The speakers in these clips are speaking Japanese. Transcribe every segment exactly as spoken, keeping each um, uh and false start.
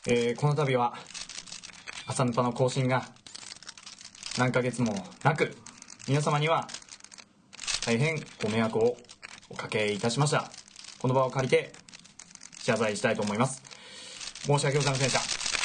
えー、この度は朝ヌパの更新が何ヶ月もなく、皆様には大変ご迷惑をおかけいたしました。この場を借りて謝罪したいと思います。申し訳ございませんでした。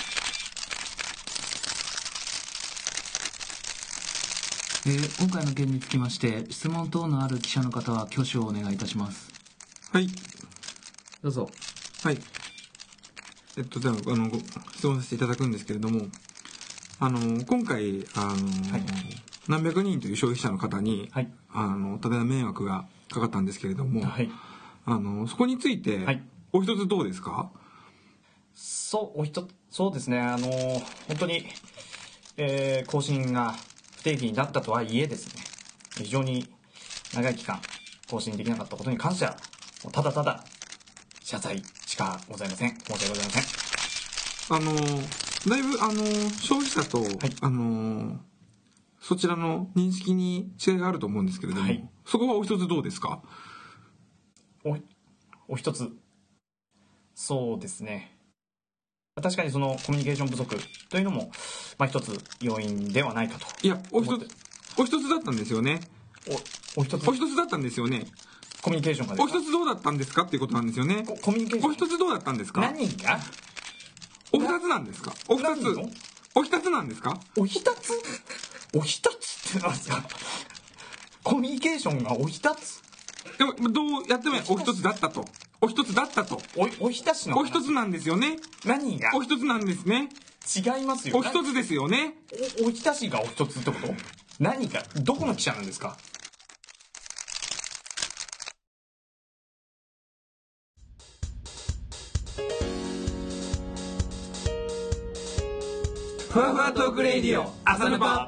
えー、今回の件につきまして質問等のある記者の方は挙手をお願いいたします。 はい、 どうぞ。 はい、えっとじゃあ、あの質問させていただくんですけれども、あの今回あの、はい、何百人という消費者の方に、はい、あの多大な迷惑がかかったんですけれども、はい、あのそこについて、はい、お一つどうですか？ そうお一つそうですね、あの本当に、えー、更新が不定期になったとはいえですね、非常に長い期間更新できなかったことに関してはただただ謝罪しかございません。申し訳ございません。 あのだいぶあの消費者と、はい、あのそちらの認識に違いがあると思うんですけれども、はい、そこはお一つどうですか？ おお一つそうですね、確かにそのコミュニケーション不足というのも、まあ、一つ要因ではないかと。 いや、お一つお一つだったんですよね。 おお一つお一つだったんですよね。 コミュニケーションがお一つどうだったんですかっていうことなんですよね。 コミュニケーションお一つどうだったんですか？ 何がお二つなんですか？お二つお一つなんですか？ お一つお一つってなんですか？コミュニケーションがお一つでもどうやってもお一つだったとお一つだったとおおひたしのお一つなんですよね。 何がお一つなんですね。 違いますよ。 お一つですよね。 おおひたしがお一つってこと？何かどこの記者なんですか？ ふわふわトークレイディオ朝ヌパ。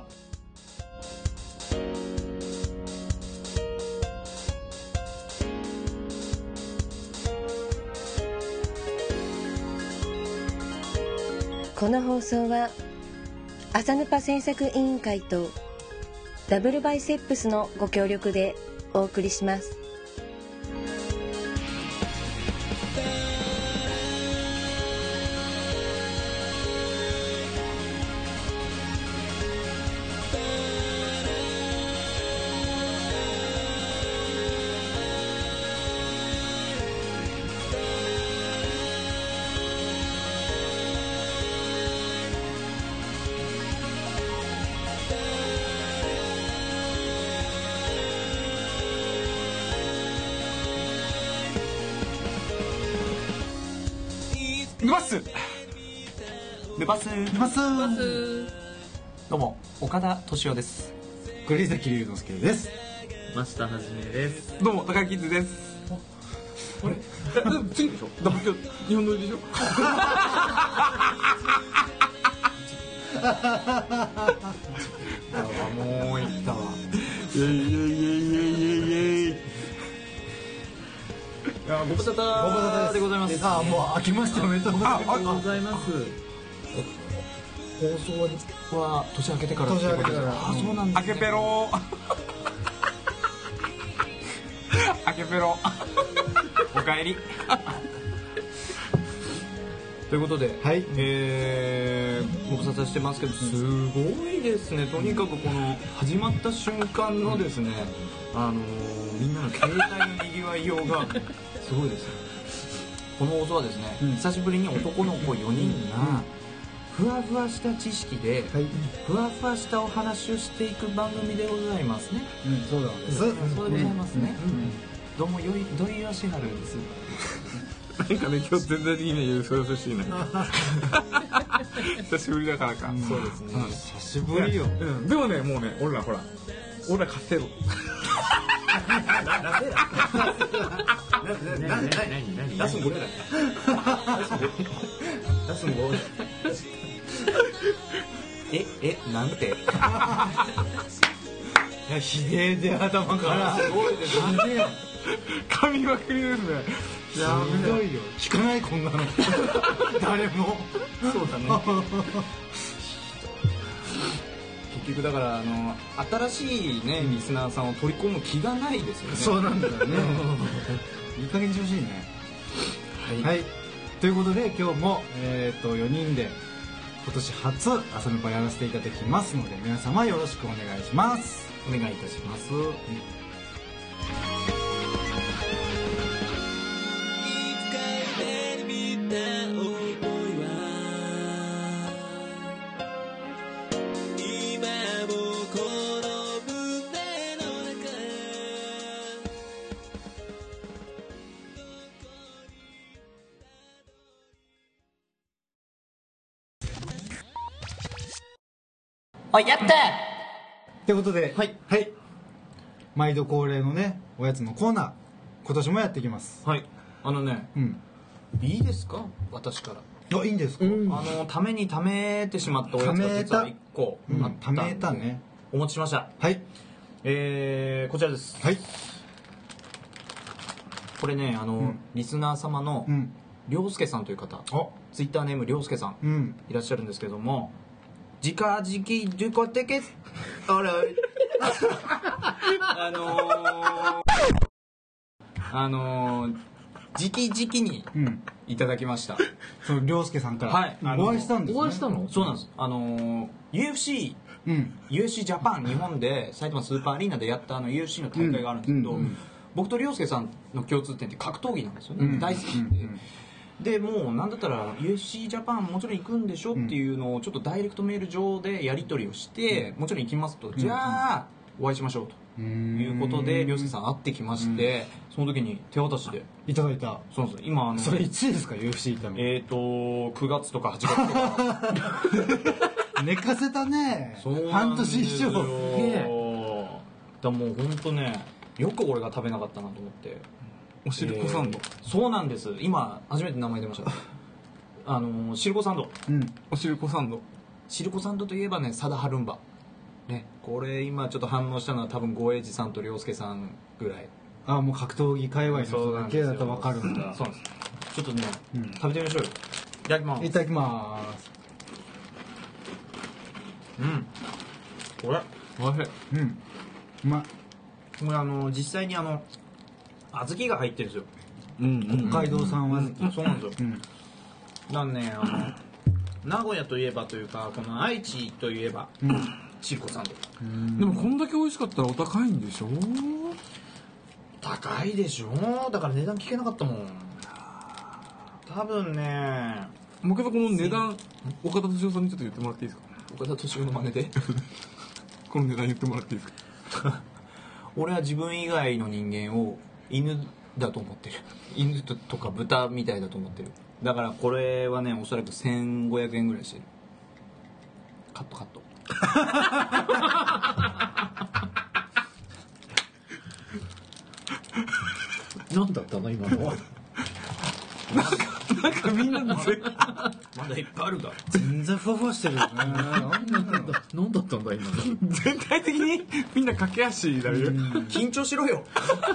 この放送は朝ヌパ制作委員会とダブルバイセップスのご協力でお送りします。 ヌバスヌバスヌバスどうも岡田敏夫です。 栗崎龍之介です。 増田はじめです。 どうも高木キッズです。あれ次でしょ？だ今日日本撮りでしょ？ もういったわ。 イエイイエイイエイイエイイエイ。 いや、ご無沙汰でございます。 あ、もう明けましておめでとうございます。 ありがとうございます。 放送は年明けてからってことですか？あ、そうなんですね。 明けペロ明けペロおかえりということで、はい、えー、ご無沙汰してますけど、すごいですね。とにかくこの始まった瞬間のですね、あのー、みんなの携帯のにぎわいようがすごいですね。この放送はですね、うん、久しぶりに男の子よにんがふわふわした知識で、はい、ふわふわしたお話をしていく番組でございますね。 うん、そうだ。 そうでございますね。うんうん、どうもよい土井善晴です。 なんかね、今日全然的によそよそしいな。久しぶりだからか。 うん、そうですね。 うん、 久しぶりよ。 うん、でもね、もうね、俺らほら、俺ら稼ぐ。 なんでだ。なんで何何出すんごめんだ。出すんごめん。ええなんて。いやひでえで頭からすごいですね。 噛みまくりですね。 いやすごいよ。聞かないこんなの。誰も。 そうだね。結局だからあの新しいねリスナーさんを取り込む気がないですよね。 そうなんだよね。いい加減にしてほしいね。 はい。はい、 ということで今日も、えー、とよにんで今年初朝のパやらせていただきますので、皆様よろしくお願いします。 お願いいたします。うん、 あ、やったってことで、はい、はい、毎度恒例のねおやつのコーナー、今年もやっていきます。 はい、あのね、うん、いいですか、私から。 あ、いいんですか。うん、 あのためにためてしまったおやつが実はいっこあったんで、 ためたね、 お持ちしました。 はい、 えー、こちらです。 はい、 これね、あの、うん、リスナー様のりょうすけさんという方、ツイッターネームりょうすけさん、うん、いらっしゃるんですけども、直々受講的あらあのー、あのー、直々にいただきました。 その涼介さんから、 はい、 お会いしたんですね。 お会いしたの？そうなんです。あのー、ユーエフシー、うん、ユーエフシー ジャパン日本で埼玉スーパーアリーナでやったあの ユーエフシー の大会があるんですけど、うんうんうん、僕と涼介さんの共通点って格闘技なんですよね、うん、大好きで、うんうん、でもうなんだったら ユーエフシー ジャパンもちろん行くんでしょっていうのをちょっとダイレクトメール上でやり取りをして、もちろん行きますと、じゃあお会いしましょうということで涼介さん会ってきまして、その時に手渡しでいただいた。 そうなんです。今あのそれいつですか、 ユーエフシー 行ったの。 えっとくがつとかはちがつとか寝かせたね。半年以上。 だもう本当ね、よく俺が食べなかったなと思って。 おしるこサンド、 えー、そうなんです。今初めて名前出ましたあのしるこサンド、 うん、おしるこサンド、 しるこサンドといえばね、サダハルンバね、これ今ちょっと反応したのは多分ゴエイジさんと涼介さんぐらい。 ああ、もう格闘技界隈の人だけだと分かるんだ。 そうなんです。ちょっとね、うん、食べてみましょうよ。いただきます。 いただきます。 うん、これおいしい。 うん、うまい。 これあの実際にあの小豆が入ってるんですよ、 うんうん、北海道産小豆、 うん、そうなんですよ、うん、なんね、あの名古屋といえばというか、この愛知といえば、うん、しるこさんで、 でもこんだけ美味しかったらお高いんでしょ。 高いでしょ。だから値段聞けなかったもん。多分ね、 もうけどこの値段岡田敏夫さんにちょっと言ってもらっていいですか。 岡田敏夫の真似でこの値段言ってもらっていいですか。 俺は自分以外の人間を犬だと思ってる。犬とか豚みたいだと思ってる。だからこれはね、おそらくせんごひゃくえんぐらいしてる。カットカット何だったの今のは。 なんか、なんかみんなのぜまだいっぱいあるから。 全然ふわふわしてるよね。何だったんだ今の。 全体的にみんな駆け足だよ。 緊張しろよ。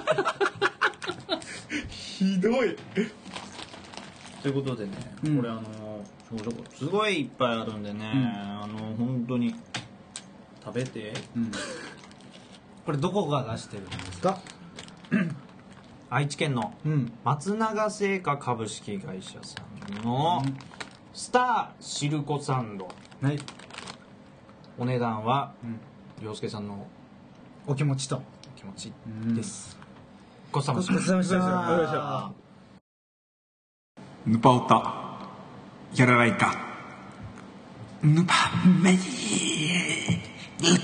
ひどい。 ということでね、うん、これあのすごいいっぱいあるんでね、うん、あの本当に食べて、うん、 これどこが出してるんですか。 愛知県の松永製菓株式会社さんのスターシルコサンド、はい、お値段は涼介さんのお気持ちとお気持ちです。 ごちそうさまでした。ごちそうさまでした。 ヌパオタやらないかヌパメディ。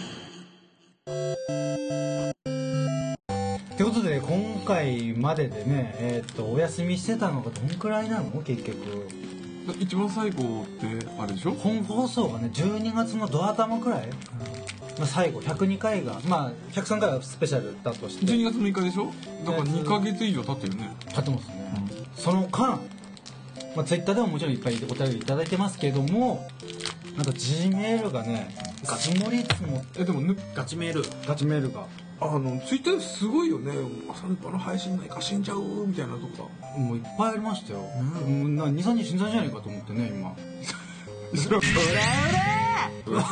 ということで今回まででね、えー、っとお休みしてたのがどんくらいなの結局。 一番最後ってあれでしょ。 本放送がねじゅうにがつのド頭くらい、うん、まあ、最後ひゃくにかいが、まあひゃくさんかいはスペシャルだとしてじゅうにがつむいかでしょ。だからにかげつ以上経ってるね。 経ってますね、うん、その間、まあ、ツイッターでももちろんいっぱいお便りいただいてますけども、なんか G メールがね積もり積もってえでもぬガチメールガチメールがあのツイッターですごいよね。朝のパの配信ないか死んじゃうみたいなとかもういっぱいありましたよ、うん、もうにさんにち死んだんじゃないかと思ってね今。それはそれ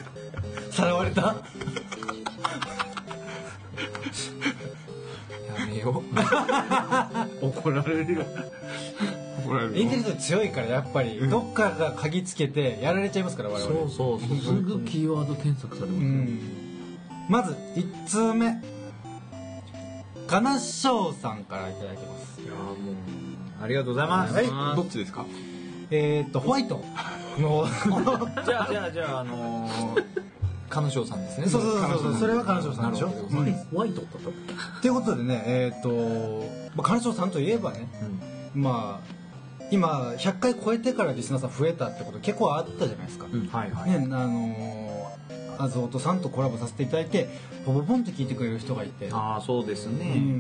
さらわれた。 やめよ怒られるよ怒られるインテリジェンス強いからやっぱりどっかが鍵つけてやられちゃいますから我々。 そうそうそう、すぐキーワード検索されます、ね、 うん、まずいちつうめ、かなしょうさんからいただいてます。 いやもうありがとうございます、 はい、 どっちですか？ えー、っとホワイトのじゃあじゃあじゃああのー、金賞さんですね。 そうそうそうそう、それは金賞さんでしょ。うん、 ホワイトだったっていうことでね、えー、っと、まあ、金賞さんといえばね、うん、まあ今ひゃっかい超えてからリスナーさん増えたってこと結構あったじゃないですか、うん、はいはい、ね、あのー、アゾートさんとコラボさせていただいてポポポンと聞いてくれる人がいて、 ああそうですね、うん、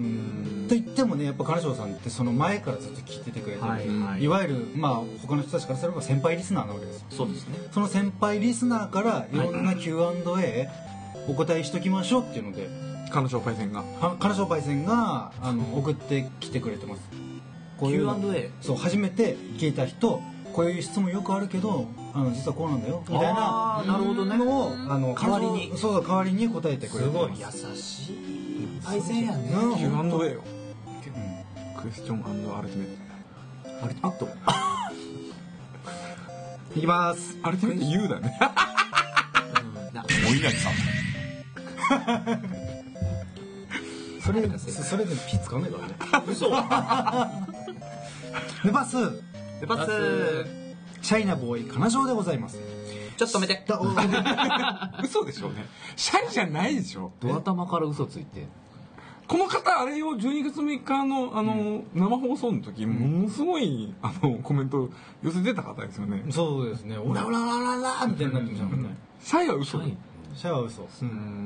と言ってもねやっぱ金賞さんってその前からずっと聞いててくれて、はいはい、いわゆるまあ他の人たちからすれば先輩リスナーなわけですよ。 そうですね。その先輩リスナーからいろんな キューアンドエー お答えしときましょうっていうので、 金賞パイセンが金賞パイセンがあの送ってきてくれてます。 キューアンドエーそう初めて聞いた人、こういう質問よくあるけどあの実はこうなんだよみたいなのをあの代わりにそうそう代わりに答えてくれてます。 すごい優しいパイセンやね。 キューアンドエー よ、うん、クエスチョン&アルティメットアルティメットいきます。 アルティメット U だねお稲荷さんそれそれでピ使わないからね。 嘘ヌパスヌパスシャイなボーイ金城でございます。 ちょっと止めて嘘でしょうね。シャイじゃないでしょ。 ド頭から嘘ついて、 この方あれよじゅうにがつむいかのあの、うん、生放送の時ものすごいあのコメント寄せてた方ですよね。 そうですね。オラオラオラオララみたいになってましたもんね。 シャイは嘘。 シャイは嘘。 うん、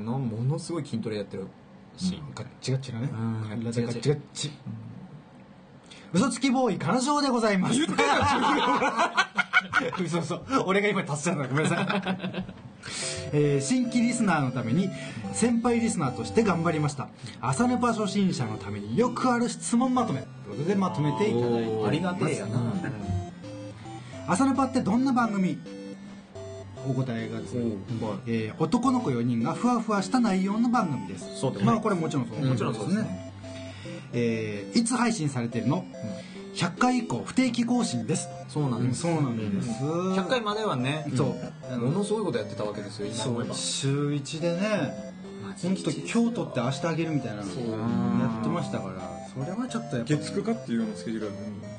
ものすごい筋トレやってるし、 うん、ガッチガチなね。ガッチガチガッチ。嘘つきボーイ金城でございます。言ってた嘘嘘。俺が今達したんだ。ごめんなさい。えー、新規リスナーのために先輩リスナーとして頑張りました。朝ネパ初心者のためによくある質問まとめということでまとめていただいてありがてえやな。 朝ネパってどんな番組？お答えがですね、えー、男の子よにんがふわふわした内容の番組です。 そうですね。 まあこれもちろんそう、 うん、もちろんそうですね。 えー、いつ配信されてるの？ひゃっかい以降不定期更新です。 そうなんです。 そうなんです。 ひゃっかいまではね、 そう、 ものすごいことやってたわけですよ。今思えば。 週いちでね、本当京都って明日あげるみたいなのやってましたから、それはちょっとやっぱ月くかっていうようなスケジュールが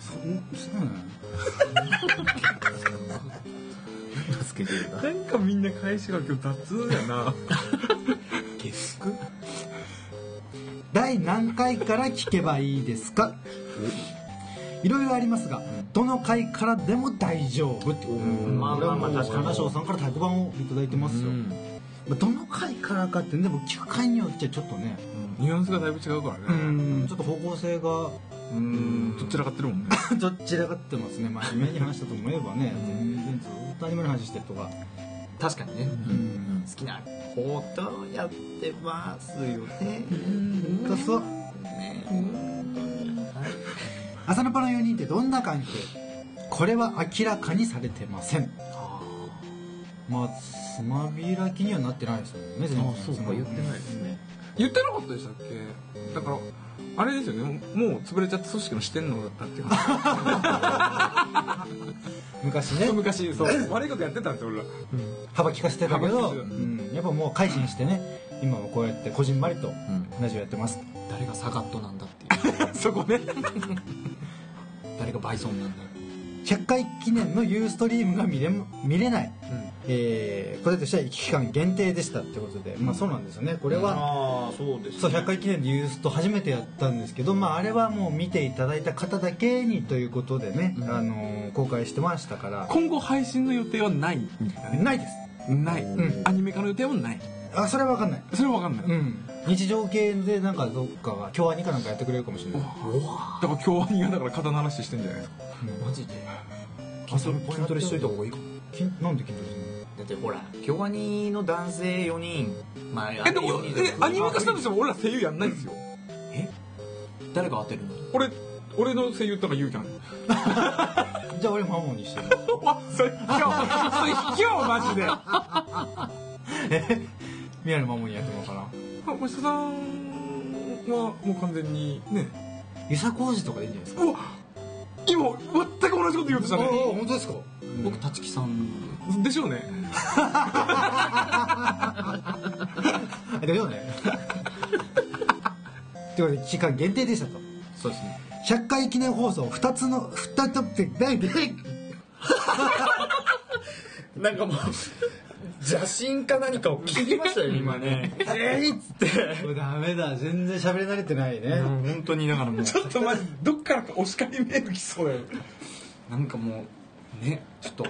そうなの。 スケジュールだ。 なんかみんな返しが今日雑やな。 月く？ 第何回から聞けばいいですか？いろいろありますが、どの回からでも大丈夫ってことで、 まあまあまあ確かに金城さんから特番をいただいてますよ。どの回からかってでも聞く回によってちょっとね、 ニュアンスがだいぶ違うからね。 うんちょっと方向性がうんどちらかってるもんね。 どちらかってますね。真面目に話したと思えばね、全然ずっとアニメの話してるとか。 確かにね、うん好きなことやってますよね。 うんそうね。 朝のパのよにんってどんな関係？これは明らかにされてません。まあつまびらきにはなってないですよね。全然。 ああそうか言ってないですね。 言ってなかったでしたっけ？だからあれですよね。もう潰れちゃった組織の四天王だったっていう昔ね。 昔そう悪いことやってたんですよ俺ら。 幅利かせてたけど、うん、やっぱもう改心してね。今はこうやってこじんまりとラジオやってます。 誰がサガットなんだっていう。 そこね。 誰がバイソンなんだ。 ひゃっかい記念のユーストリームが見れ見れない、うんえー、これとしては期間限定でしたってことで、まあそうなんですよね。これは、 あそうですね、 そうひゃっかい記念でユースト初めてやったんですけど、まああれはもう見ていただいた方だけにということでね、うん、あのー、公開してましたから。 今後配信の予定はないみたいなね。 ないです。 ない、うん、アニメ化の予定もない。 あそれは分かんない。 それは分かんない、 うん、日常系でなんかどっかが京アニかなんかやってくれるかもしれない。 だから京アニがだから刀の話してんじゃないですか、 うん、マジで筋トレしといた方がいいか。 なんで筋トレするの？ だってほら京アニの男性よにん、まあ、 えでもえアニメ化したとしても俺ら声優やんないんですよ。 え誰が当てるの？ 俺俺の声優とか言うじゃん。 じゃあ俺マモにしてる。 わそれ卑怯それ卑怯マジで。 え宮野マモにやってもらおうかな。 あお医者さんもう完全にね遊佐浩二とかでいいんじゃないですか。 うわ今全く同じこと言おうとしたね。 本当ですか。 僕立木さんでしょうね。 でしょうね。ということで期間限定でしたと。 そうですね。 ひゃっかい記念放送ふたつのふたつって何でなんかもう邪神か何かを聞きましたよ今ね。えいっつってダメだ、全然喋れ慣れてないね。 本当にだからもうちょっとマジどっからかお叱りメール来そうや。 なんかもうねちょっと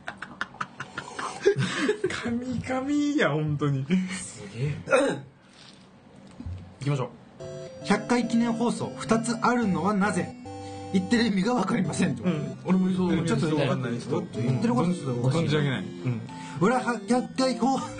神々や本当に。 すげえ。行きましょう。 ひゃっかい記念放送ふたつあるのはなぜ。言ってる意味が分かりませんと。 俺もそうちょっと分かんないです。 言ってることちょっとおかしい。 存じ上げない。 裏はひゃっかい放送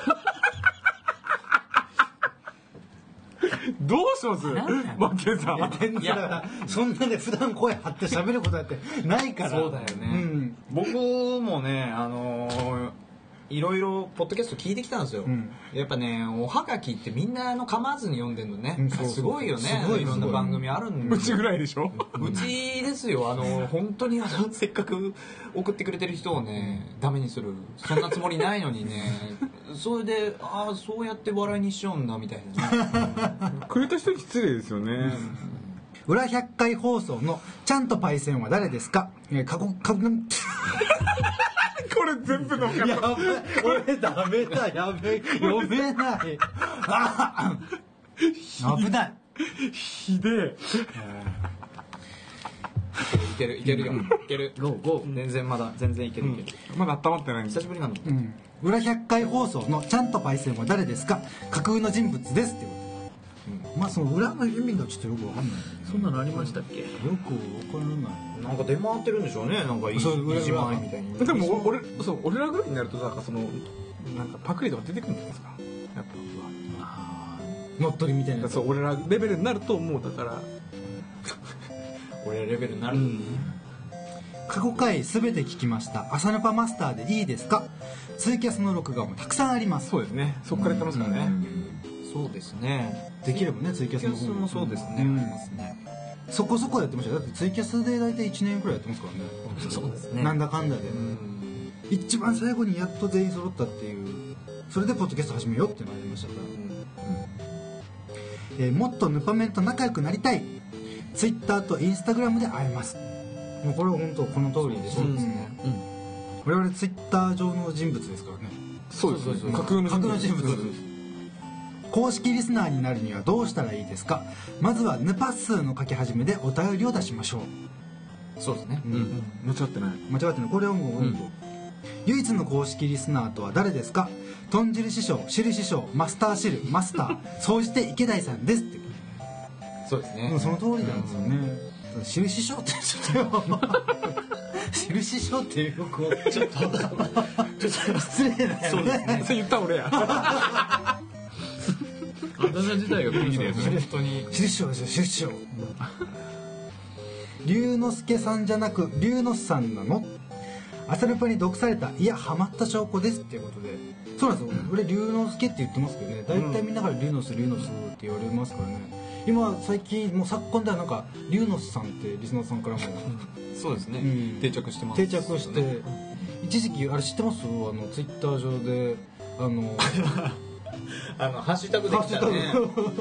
どうしますマッケンさん。 いやそんなで普段声張って喋ることだってないから。 そうだよね、 うん、 僕もねあのーいろいろポッドキャスト聞いてきたんですよ、うん、やっぱねおはがきってみんなあの構わずに読んでるのね、うん、そうそうすごいよね。いろんな番組あるんで。 うちぐらいでしょ。 うちですよ。あの本当にあのせっかく送ってくれてる人をねダメにするそんなつもりないのにねそれでああそうやって笑いにしようんだみたいなねくれた人に失礼ですよね、うん裏ひゃっかい放送のちゃんとパイセンは誰ですか。えー、過去過去これ全部の方。 やばい俺ダメだやべ読めないあ危ないひでえ。 いけるいけるよいけるゴーゴー全然まだ全然いけるいける、 うん、まだ温まってないん久しぶりなんだ、 うん、裏ひゃっかい放送のちゃんとパイセンは誰ですか。架空の人物ですってこと。まあその裏の意味がちょっとよくわかんない、ね、 そんなのありましたっけ。 よくわからない。 なんか出回ってるんでしょうね。なんかいいそう裏一枚みたいに。 でも俺そう俺らぐらいになるとなんかそのなんかパクリとか出てくるんじゃないですか。やっぱ乗っ取りみたいな。 そう俺らレベルになるともうだから俺らレベルになる、うん、 過去回すべて聞きました。朝ヌパマスターでいいですか。ツイキャスの録画もたくさんあります。 そうですね。そこからやってますからね、うんそうですね。 できればねツイキャスの方もそうですね、うん、ありますね。 そこそこやってましたよ。だってツイキャスで大体いちねんくらいやってますからね。 そうですね。 なんだかんだで、うん、一番最後にやっと全員揃ったっていう。それでポッドキャスト始めようってなりましたから、うんえー、もっとヌパメンと仲良くなりたい。ツイッターとインスタグラムで会えます。もうこれは本当この通りでしょ。そうですね、うん、我々ツイッター上の人物ですからね。 そうです。架空の人物です。 公式リスナーになるにはどうしたらいいですか。まずはヌパ数の書き始めでお便りを出しましょう。 そうですね、 うんうん、間違ってない間違ってないこれはもう、うん、唯一の公式リスナーとは誰ですか。豚汁師匠、汁師匠、マスター汁、マスター総じて池田さんですって。 そうですね。 もうその通りなんですよね、うん、汁師匠ってちょっと汁師匠っていう子ちょっとちょっと失礼だよね。 そうですね。 それ言った俺やあだ名自体がいいですね。 本当に汁師匠ですよ汁師匠。龍之介さんじゃなく龍之さんなの。朝ルパに毒されたいやハマった証拠ですっていうことで。そうなんですよ、俺龍之介って言ってますけどね。大体みんなから龍之介龍之介って言われますからね。今最近もう昨今ではなんか龍之さんってリスナーさんからもそうですね、うん、定着してます、 定着して、ね、一時期あれ知ってます。あのツイッター上であのあのハッシュタグできたね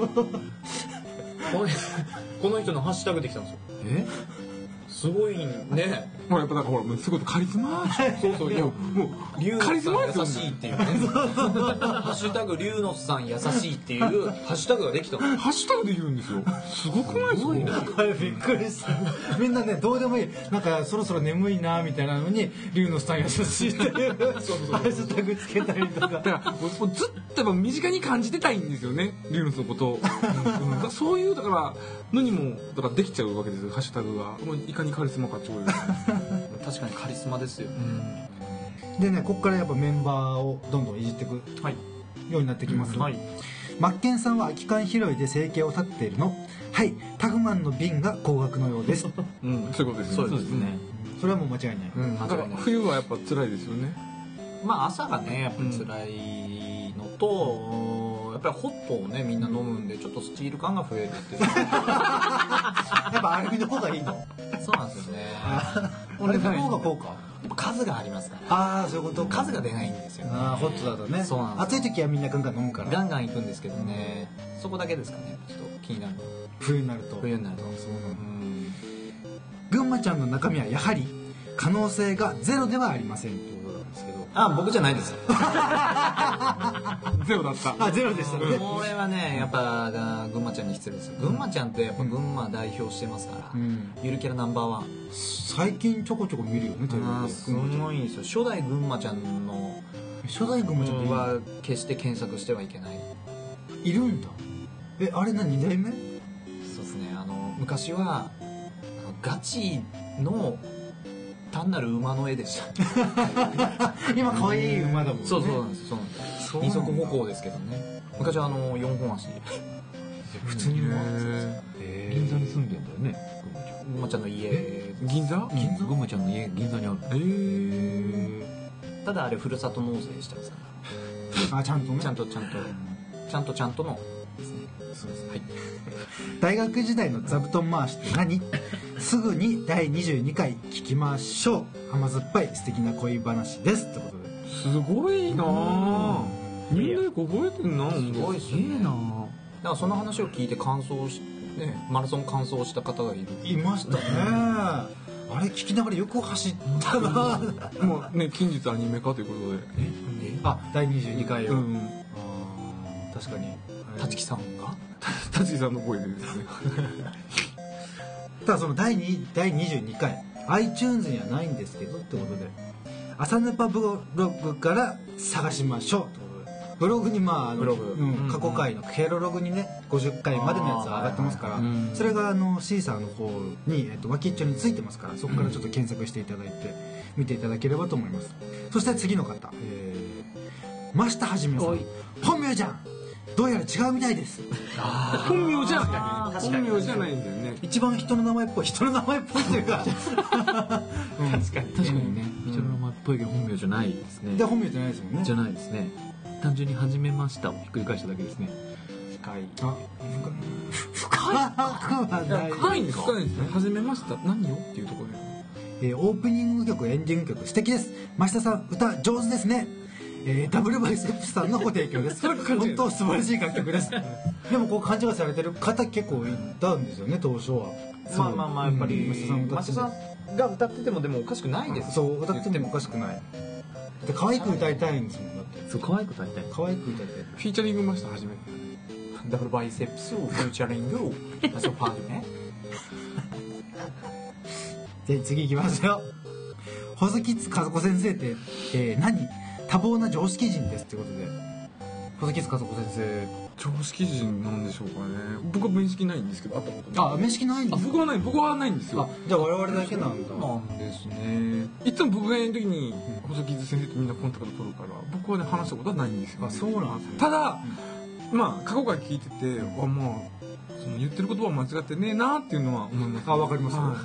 このこの人のハッシュタグできたんですよ。えすごいね。 もうやっぱなんかほらすごいカリスマそうそういやもうカリスマ優しいっていうねハッシュタグ龍之さん優しいっていうハッシュタグができたの。 ハッシュタグできるんですよ。すごくないですか。 これびっくりした。みんなねどうでもいいなんかそろそろ眠いなみたいなのに龍之さん優しいっていうハッシュタグつけたりとか。 だからもうずっと身近に感じてたいんですよね龍之のことを、うん、そういうだからのにもだからできちゃうわけですよハッシュタグが。もういかにカリスマかってことです確かにカリスマですよ、 うん、でねここからやっぱメンバーをどんどんいじっていく、はい、ようになってきます、うんはい、マッケンさんは空き缶拾いで生計を立っているの。はいタフマンの瓶が高額のようです、 うん、そういうことですね。 そうですね、 それはもう間違いない、 うん、間違いない。 冬はやっぱ辛いですよね。 まあ朝がねやっぱ辛いのと、 っぱりホットをねみんな飲むんでちょっとスチール感が増えるっていうやっぱアルミの方がいいの？ そうなんですよね。 アルミの方が効果？ 数がありますから。 ああそういうこと。 数が出ないんですよね。 ああホットだとね。 そうなんです。 暑い時はみんなガンガン飲むから。 ガンガン行くんですけどね。そこだけですかね。ちょっと気になるの。 冬になると。 冬になると。そうなの。 群馬ちゃんの中身はやはり可能性がゼロではありませんということなんですけど。 あ僕じゃないです。 ゼロだった。 あゼロでしたね。 これはねやっぱ群馬ちゃんに失礼ですよ。群馬ちゃんってやっぱ群馬代表してますから、うん、ゆるキャラナンバーワン。 最近ちょこちょこ見るよねテレビで。 すごいんですよ。初代群馬ちゃんの初代群馬ちゃんは決して検索してはいけない。 いるんだ。えあれ何に代目？そうですね。あの昔はあのガチの単なる馬の絵でした。 今可愛い馬だもんね。 そうそうなんです。そうなんです。二足歩行ですけどね。昔はあの四本足。 普通に馬。 銀座に住んでんだよね。 群馬ちゃんの家。 銀座？ 銀座？群馬ちゃんの家銀座にある。 へえ。ただあれふるさと納税してますから。 あちゃんとね。 ちゃんとちゃんとちゃんとちゃんとのですね。そうです。はい。 大学時代の座布団回しって何？すぐにだいにじゅうにかい聞きましょう。甘酸っぱい素敵な恋話ですってことで。 すごいなぁ。みんなよく覚えてんな。 すごいっすね。だからその話を聞いて感想しねマラソン完走した方がいる。 いましたね。あれ聞きながらよく走ったな。 もうね近日アニメ化ということで。 えあだいにじゅうにかいを。うん、あ確かに。 立木さんが立木さんの声でですね。 ただそのだいにじゅうにかい iTunes にはないんですけどってことで朝ヌパブログから探しましょうってことでブログにまああの、うん、過去回のケロログにねごじゅっかいまでのやつが上がってますから、それがあのシーサーの方に、えっと、脇っちょについてますからそこからちょっと検索していただいて見ていただければと思います。そして次の方、えー、増田はじめさん。本名じゃんどうやら違うみたいです。 本名じゃない本名じゃないんだよね。 一番人の名前っぽい人の名前っぽいっていうか確かに確かにね人の名前っぽいけど本名じゃないですね。 で本名じゃないですもんね。 じゃないですね。単純に始めましたをひっくり返しただけですね。 深い。 あ深いはない。 深いんですか。深いですね。始めました何よっていうところで、えー、オープニング曲エンディング曲素敵です。増田さん歌上手ですね。えー、ダブルバイセップスさんのご提供です。本当素晴らしい楽曲です。でもこう勘違いされてる方結構いたんですよね当初は。 まあまあまあやっぱり増田さんが歌っててもでもおかしくないです。 そう歌っててもおかしくない。で可愛く歌いたいんですもんだって。 そう可愛く歌いたい。 可愛く歌いたい。 フィーチャリングました初めて。 ダブルバイセップスをフィーチャリングをそうパートね。 で次いきますよ。細木津和子先生って、えー、何？多忙な常識人ですってことで細木津和子先生常識人なんでしょうかね。僕は面識ないんですけど会ったことない。 あ面識ないんです。 あ僕はない僕はないんですよ。 あじゃあ我々だけなんだ。 なんですね。 いつも僕がいる時に細木津先生とみんなコンタクト取るから僕はね話したことはないんですよ、ね。 あそうなんですね。 ただ、うん、まあ過去から聞いててあまあその言ってる言葉間違ってねえなっていうのは思います。 あわかります。 はい、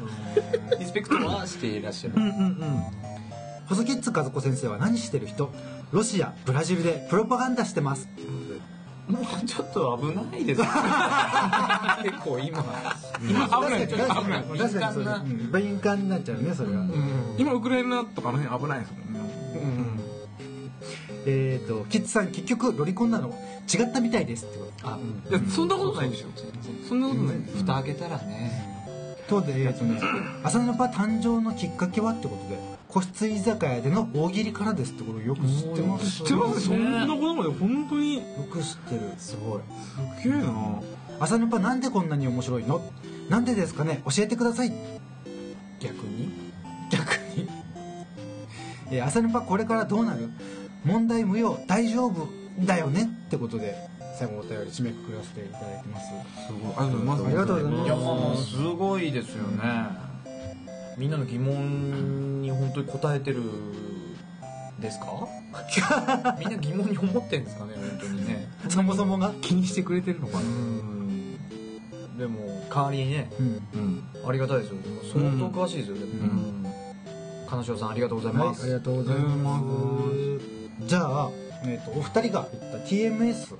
リスペクトはしていらっしゃる。 うんうんうん。細木津和子先生は何してる人？ロシア、ブラジルでプロパガンダしてます。 もうちょっと危ないです。結構今今危ない危ない。 確かにそう敏感になっちゃうねそれは。うん、 今ウクライナとかあの辺危ないですもんね。うん、 えっ、ー、とキッズさん結局ロリコンなの違ったみたいですってこと。 あ、うん、いやそんなことないでしょ。そんなことない。 蓋開けたらね。 とでえっ、ー、とね朝のパ誕生のきっかけはってことで。個室居酒屋での大喜利からですってことよく知ってます。 知ってます。そんなことまで本当によく知ってる。 すごい。 すげえな。 朝のパなんでこんなに面白いの？なんでですかね？教えてください。 逆に？逆に？ えー、朝のパこれからどうなる？問題無用大丈夫だよねってことで最後お便り締めくくらせていただいてます。 すごい。ありがとうございます。 ありがとうございます。 いやすごいですよね。みんなの疑問に本当に答えてるですか？みんな疑問に思ってるんですかね本当にね。 そもそもが気にしてくれてるのかな。 うんでも代わりにね、うんうん、ありがたいですよ。相当詳しいですよ。でも、うん、金城さんありがとうございます。 はい、ありがとうございます。じゃあ、えーと、お二人が言った ティーエムエス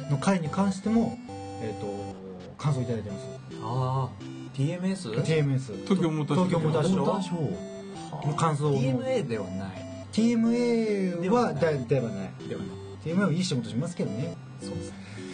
の回に関しても、えー、と感想いただいてます。 ああ ティーエムエス？ ティーエムエス東京モーターショー東京モーターショーの感想をティーエムエー ではないティーエムエー はではないではないティーエムエー はいい仕事しますけどね。 そうですね。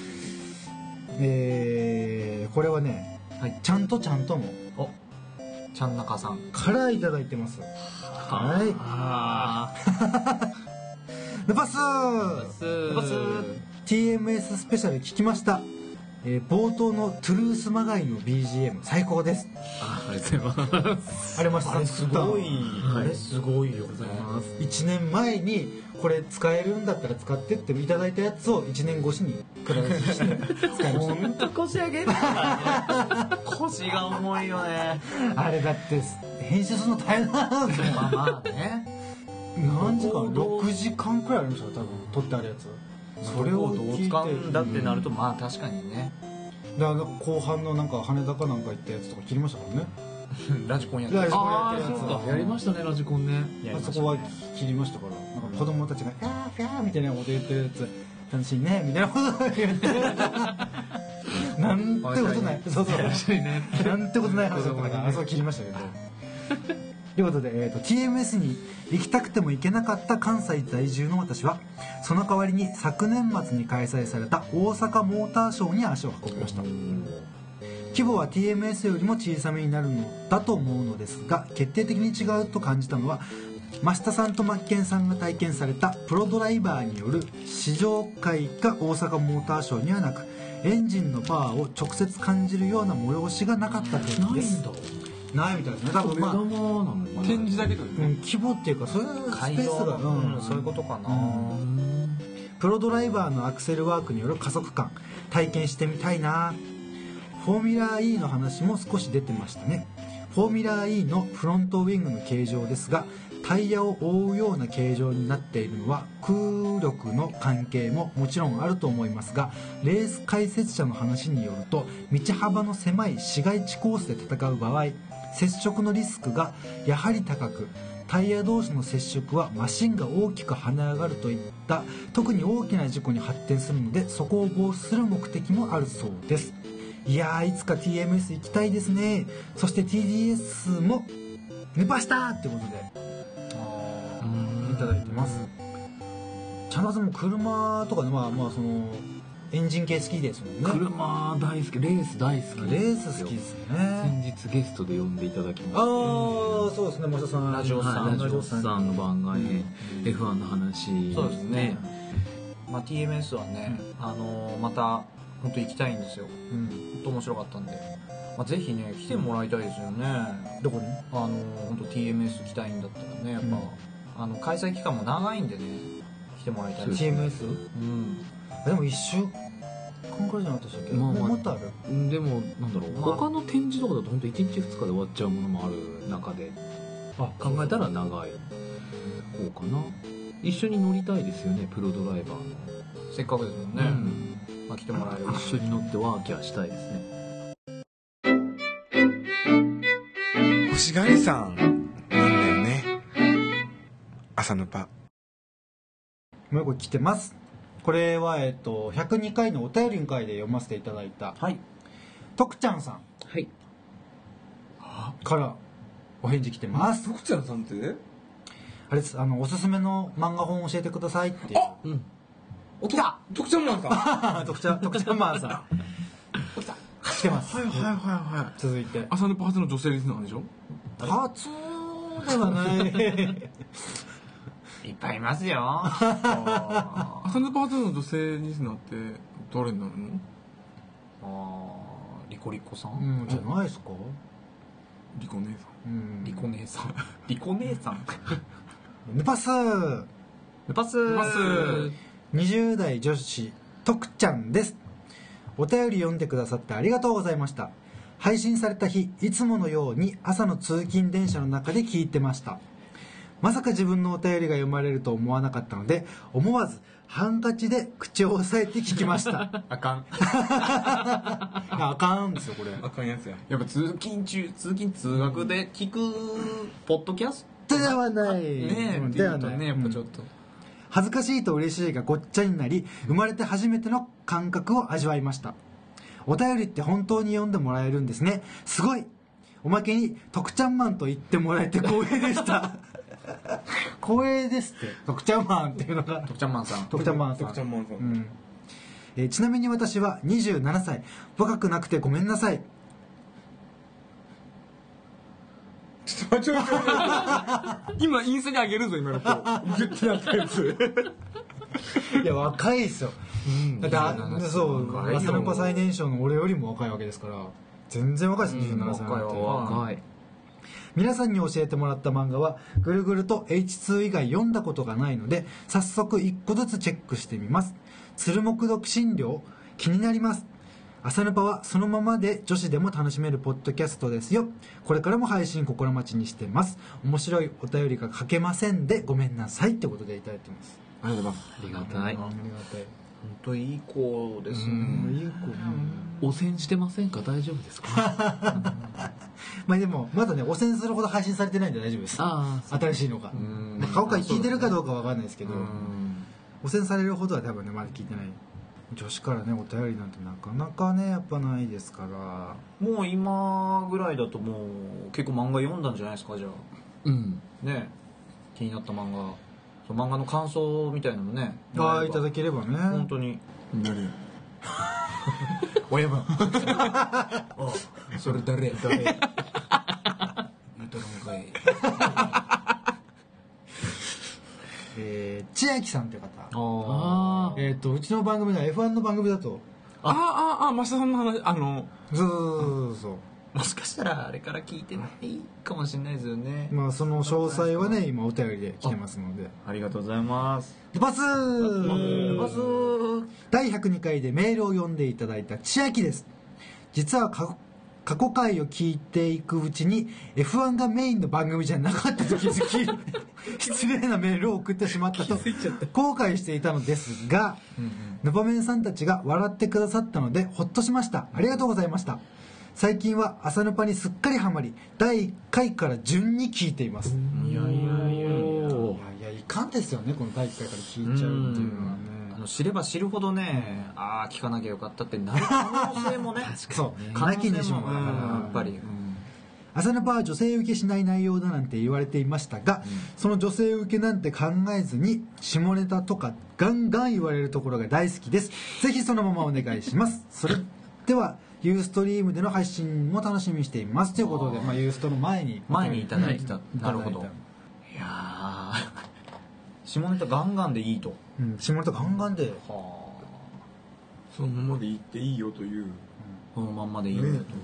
えー、これはね、はい、ちゃんとちゃんともおちゃんなかさんからいただいてます。はいあルパスルパス ティーエムエス スペシャル聞きました。えー、冒頭のトゥルースまがいの ビージーエム 最高です。 あありがとうございますあれました。あれすごい、 あれすごいよね。 いちねんまえにこれ使えるんだったら使ってっていただいたやつをいちねん越しにクラスして使いました。 本当腰上げるからね腰が重いよね。 あれだって編集するの大変なんですよ。 まあまあね何時間ろくじかんくらいありましたよ多分撮ってあるやつ。 それをどう使うんだってなると、うん、まあ確かにね。 だから後半のなんか羽田かなんか行ったやつとか切りましたからねラジコンやってる。 ああそうかやりましたねラジコンね。 あそこは切りましたから、なんか子供たちが「フャーフャー」みたいなこと言ってるやつ楽しいねみたいなこと言ってなんてことないそうそう楽しいねなんてことない話だったからあそこ切りましたけどということで、えーと、ティーエムエス に行きたくても行けなかった関西在住の私はその代わりに昨年末に開催された大阪モーターショーに足を運びました。規模は ティーエムエス よりも小さめになるのだと思うのですが決定的に違うと感じたのは増田さんとマッケンさんが体験されたプロドライバーによる試乗会が大阪モーターショーにはなくエンジンのパワーを直接感じるような催しがなかった点です。ないみたいですね多分。まあ展示だけどね、 うん、規模っていうかそういうスペースが、 うん、そういうことかな。 プロドライバーのアクセルワークによる加速感体験してみたいな。フォーミュラー E の話も少し出てましたね。フォーミュラー E のフロントウィングの形状ですがタイヤを覆うような形状になっているのは空力の関係ももちろんあると思いますがレース解説者の話によると道幅の狭い市街地コースで戦う場合接触のリスクがやはり高くタイヤ同士の接触はマシンが大きく跳ね上がるといった特に大きな事故に発展するのでそこを防止する目的もあるそうです。いやーいつか ティーエムエス 行きたいですね。そして ティーディーエス も見ましたってことでいただいてます。チャンナさんも車とかねまあまあそのエンジン系好きですもんね。 車大好きレース大好きレース好きですね。 先日ゲストで呼んでいただきました。 ああそうですね増田さんラジオさん、 はい、ラジオさんの番外編、うん、エフワン の話。 そうですね、まあ、ティーエムエス はね、うん、あのまた本当行きたいんですよ、うん、本当面白かったんで、まあ、ぜひね来てもらいたいですよね。 どこにあの本当 ティーエムエス 来たいんだったらねやっぱ、うん、あの開催期間も長いんでね来てもらいたいです、 ね、ティーエムエス？ うんでもいっしゅうかんくらいじゃなかったっけ、まあまあ、もっとある。 でもなんだろう、まあ、他の展示とかだと本当いちにちふつかで終わっちゃうものもある中であ考えたら長い方かな。一緒に乗りたいですよねプロドライバーの。 せっかくですもんね、うんまあ、来てもらえれば一緒に乗ってワーキャーしたいですね。 欲しがりさんなんだよね朝のパ。 もう一個来てます。これは、えっと、ひゃくにかいのお便りの回で読ませていただいた、 はい、 徳ちゃんさん、 はい、 からお返事来てます。 徳ちゃんさんってあれですあのおすすめの漫画本教えてくださいっていう。あ、 うん、お来た徳ちゃんマンさん徳ちゃん徳ちゃんマンさん来た来てます。 はいはいはいはい。 続いて朝のパーツの女性リスナーでしょ。 パーツではないいっぱいいますよ朝のパーツの女性リスナーって誰になるの？ あリコリコさん、 うん、じゃないですか。 リコ姉さん、 うん、リコ姉さんリコ姉さんヌパスヌパスにじゅう代女子徳ちゃんです。お便り読んでくださってありがとうございました。配信された日いつものように朝の通勤電車の中で聞いてました。まさか自分のお便りが読まれると思わなかったので思わずハンカチで口を押さえて聞きましたあかんあかんですよこれ。 あかんやつや。 やっぱ通勤中通勤通学で聞くポッドキャストではないねえっていうとねやっぱちょっと、うん、 恥ずかしいと嬉しいがごっちゃになり、生まれて初めての感覚を味わいました。お便りって本当に読んでもらえるんですね。すごい。おまけに徳ちゃんマンと言ってもらえて光栄でした光栄ですって。徳ちゃんマンっていうのが徳ちゃんマンさん徳ちゃんマンさん徳ちゃんマンさん、 うんえーちなみに私はにじゅうななさい。若くなくてごめんなさい。 ちょっと待って待って待って今インスタにあげるぞ今の子ギュッてなったやついや若いですよ、だってあそう若いよ朝のパ最年少の俺よりも若いわけですから全然若いです、にじゅうななさいなんて。 若い。 皆さんに教えてもらった漫画はぐるぐると エイチツー 以外読んだことがないので早速いっこずつチェックしてみます。鶴木読診療気になります。朝ヌパはそのままで女子でも楽しめるポッドキャストですよ。これからも配信心待ちにしてます。面白いお便りが書けませんでごめんなさいってことでいただいてます。 ありがとうございます。 ありがたい。 ありがたい。 本当いい子ですね。 いい子。 汚染してませんか？大丈夫ですか？ まあでもまだね汚染するほど配信されてないんで大丈夫です。 ああ、 新しいのが。 んまあ顔から聞いてるかどうかわかんないですけど、 うん汚染されるほどは多分ねまだ聞いてない。女子からねお便りなんてなかなかねやっぱないですから。 もう今ぐらいだともう結構漫画読んだんじゃないですか？じゃあうん。 ね、気になった漫画、そう漫画の感想みたいなのねああいただければね。 本当に誰親分あそれ誰誰言うとるんかいえー、千秋さんって方。 あえっ、とうちの番組が エフワン の番組だと。 ああああ増田さんの話あのそうそうそうあもしかしたらあれから聞いてないかもしれないですよね。 まあその詳細はね今お便りで来てますので。 ありがとうございます。 バスーバスーだいひゃくにかいでメールを読んでいただいた千秋です。実は過去過去回を聞いていくうちに エフワン がメインの番組じゃなかったと気づき失礼なメールを送ってしまったと後悔していたのですが、ヌパメンさんたちが笑ってくださったのでほっとしました。ありがとうございました。最近は朝ヌパにすっかりハマりだいいっかいから順に聞いています。 いやいやいやいやいやいやいかんですよねこのだいいっかいから聞いちゃうっていうのはね。 あの知れば知るほどね、ああ聞かなきゃよかったってなる可能性もねそう可能性もなきにしもあらずうんやっぱり、うん朝ヌパは女性受けしない内容だなんて言われていましたが、その女性受けなんて考えずに下ネタとかガンガン言われるところが大好きです。ぜひそのままお願いします。それではユーストリームでの配信も楽しみにしていますということで、まあ、ユーストの前に前にいただいてた、 はいなるほど。いやー下ネタガンガンでいいと、 うん、下ネタガンガンではそのままで言っていいよというあこのまんまでいいんだと、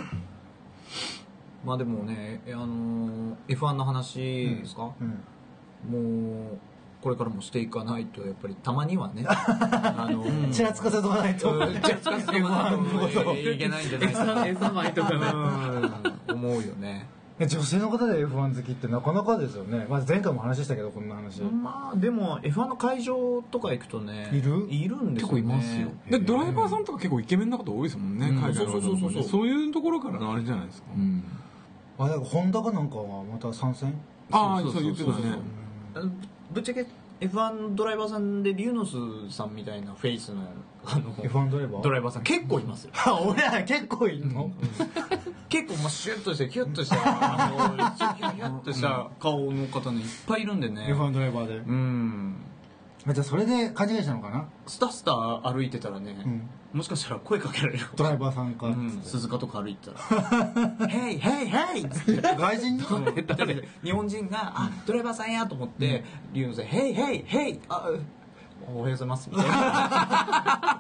まあでもねあのー、エフワン の話ですか、 うんもうこれからもしていかないとやっぱりたまにはねあのー、 ちらつかせとかないとうんちらつかせてもらわないといけないんじゃないですか餌米とかね。 うん思うよね。 女性の方で エフワン 好きってなかなかですよね、まあ、前回も話したけどこんな話、 まあでも エフワン の会場とか行くとねいるいるんですよね。 結構いますよでドライバーさんとか結構イケメンな方多いですもんね、 うん海外の方そうそうそうそうそういうところからのあれじゃないですか、 うん。 あなんかホンダがなんかはまた参戦。 ああそうそうそう言ってたねあのぶっちゃけ エフワン ドライバーさんでリューノスさんみたいなフェイスのあのエフワン ドライバードライバーさん結構いますよ。 あ俺ら結構いんの、 結構まあシュッとしてキュッとしたあのキュッキュッとした顔の方ねいっぱいいるんでね。 エフワン ドライバーで、 うんあじゃあそれで勘違いしたのかな、 スタスタ歩いてたらね、 うん、 もしかしたら声かけられるかもしれない。 ドライバーさんか、 うん、鈴鹿とか歩いてたら「ヘイヘイヘイ!」っつって外人の日本人が「あドライバーさんや!」と思って「リュウノさんヘイヘイヘイあおはようございます」みたいな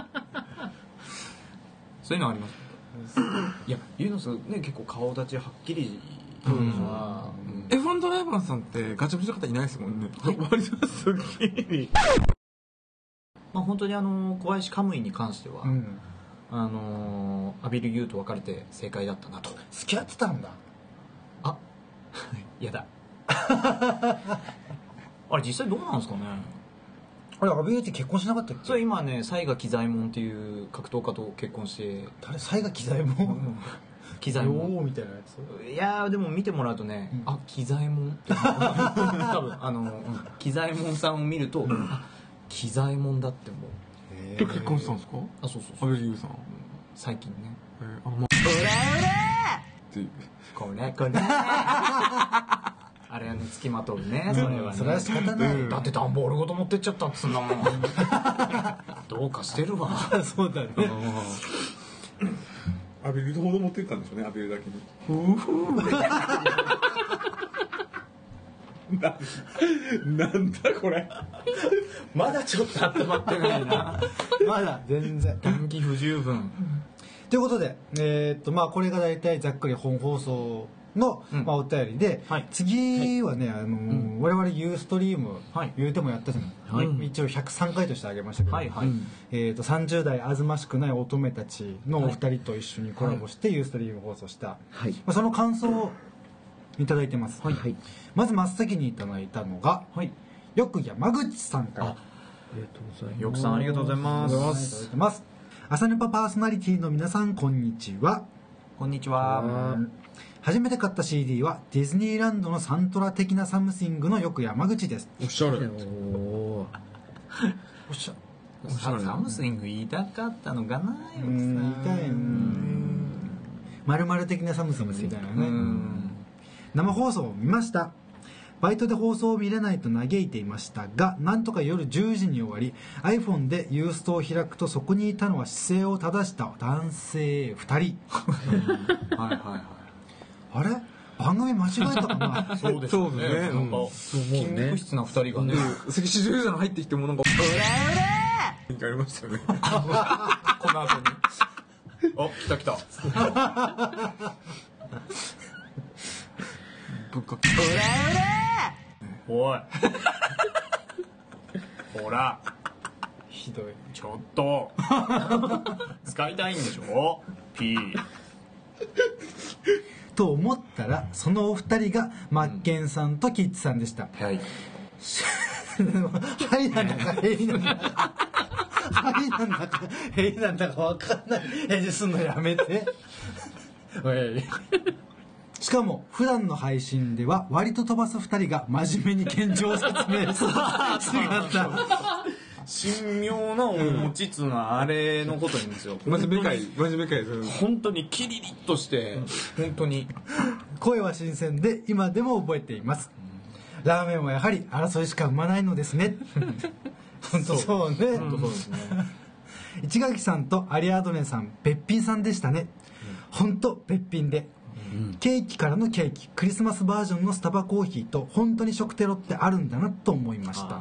そういうのあります。いやリュウノスね結構顔立ちはっきりとか、うんエフワン ドライバーさんってガチムチの方いないですもんね、割とすっきりまあ本当にあの小林カムイに関しては、 うん、 あのアビル・ユーと別れて正解だったなと。 付き合ってたんだ。 あやだあれ実際どうなんですかね。 あれアビエって結婚しなかったっけ。 それ今ね雑賀喜左衛門っていう格闘家と結婚して誰雑賀喜左衛門、 喜機材もよーみたいなやつ。 いやーでも見てもらうとね、 うんあ機材もん多分あの、うん、機材もんさんを見ると、うん、あ機材もんだって思う。 え結婚したんですか？ あそうそうそう、 阿部優さん、 最近ね。 えー、あのまっていうこれこれあれはね付きまとうね、それはね。 それは仕方ない、 だって段ボールごと持ってっちゃったっつうんだもんどうかしてるわそうだね。 阿部優ほど持ってったんでしょうね、阿部優だけにな, なんだこれまだちょっと温まってないなまだ全然短期不十分ということで、えーっとまあ、これが大体ざっくり本放送の、 うんまあ、お便りで、 はい、 次はね、あのーうん、我々ユーストリーム、 はい、 言うてもやったじゃない、はい、一応ひゃくさんかいとしてあげましたけど、 はいはい、 えー、とさんじゅう代あずましくない乙女たちのお二人と一緒にコラボしてユーストリーム放送した、はい、まあ、その感想をいただいてます、はいはい、まず真っ先にいただいたのが、はい、よく山口さんから。 ありがとうございます。よくさんありがとうございます。 ありがとうございます。朝ネパパーソナリティの皆さん、こんにちは。 こんにちは。 初めて買った シーディー はディズニーランドのサントラ的なサムシングのよく山口です。 おしゃれ。 おおしゃれ。サムシング言いたかったのかな。 うん、言いたい。まるまる的なサムシングみたいなね。生放送を見ました。バイトで放送を見れないと嘆いていましたが、なんとか夜じゅうじに終わり iPhone でユーストを開くと、そこにいたのは姿勢を正した男性ふたりはいはいはい。あれ番組間違えたかなそうですね。なんか筋肉質なふたりがね、 セクシー女優さん入ってきてもなんかうれうれありましたよねこの後にあ来た来たぶっかけおいほらひどい。 ちょっと使いたいんでしょ P と思ったら、そのお二人がマッケンさんとキッズさんでした。 はいはいなんだかヘイなんだかはいなんだかヘイなんだか分かんない返事すんのやめておいしかも普段の配信では割と飛ばすふたりが真面目に現状を説明する姿神妙な面持ちっつうのはあれのこと言うんですよ。 真面目かい真面目かい本当にキリリッとして本当に声は新鮮で今でも覚えています。ラーメンはやはり争いしか生まないのですね本当そうね。 本当そうですね。 市垣さんとアリアドネさんべっぴんさんでしたね。本当べっぴんで、うん、ケーキからのケーキ、クリスマスバージョンのスタバコーヒーと本当に食テロってあるんだなと思いました。うん、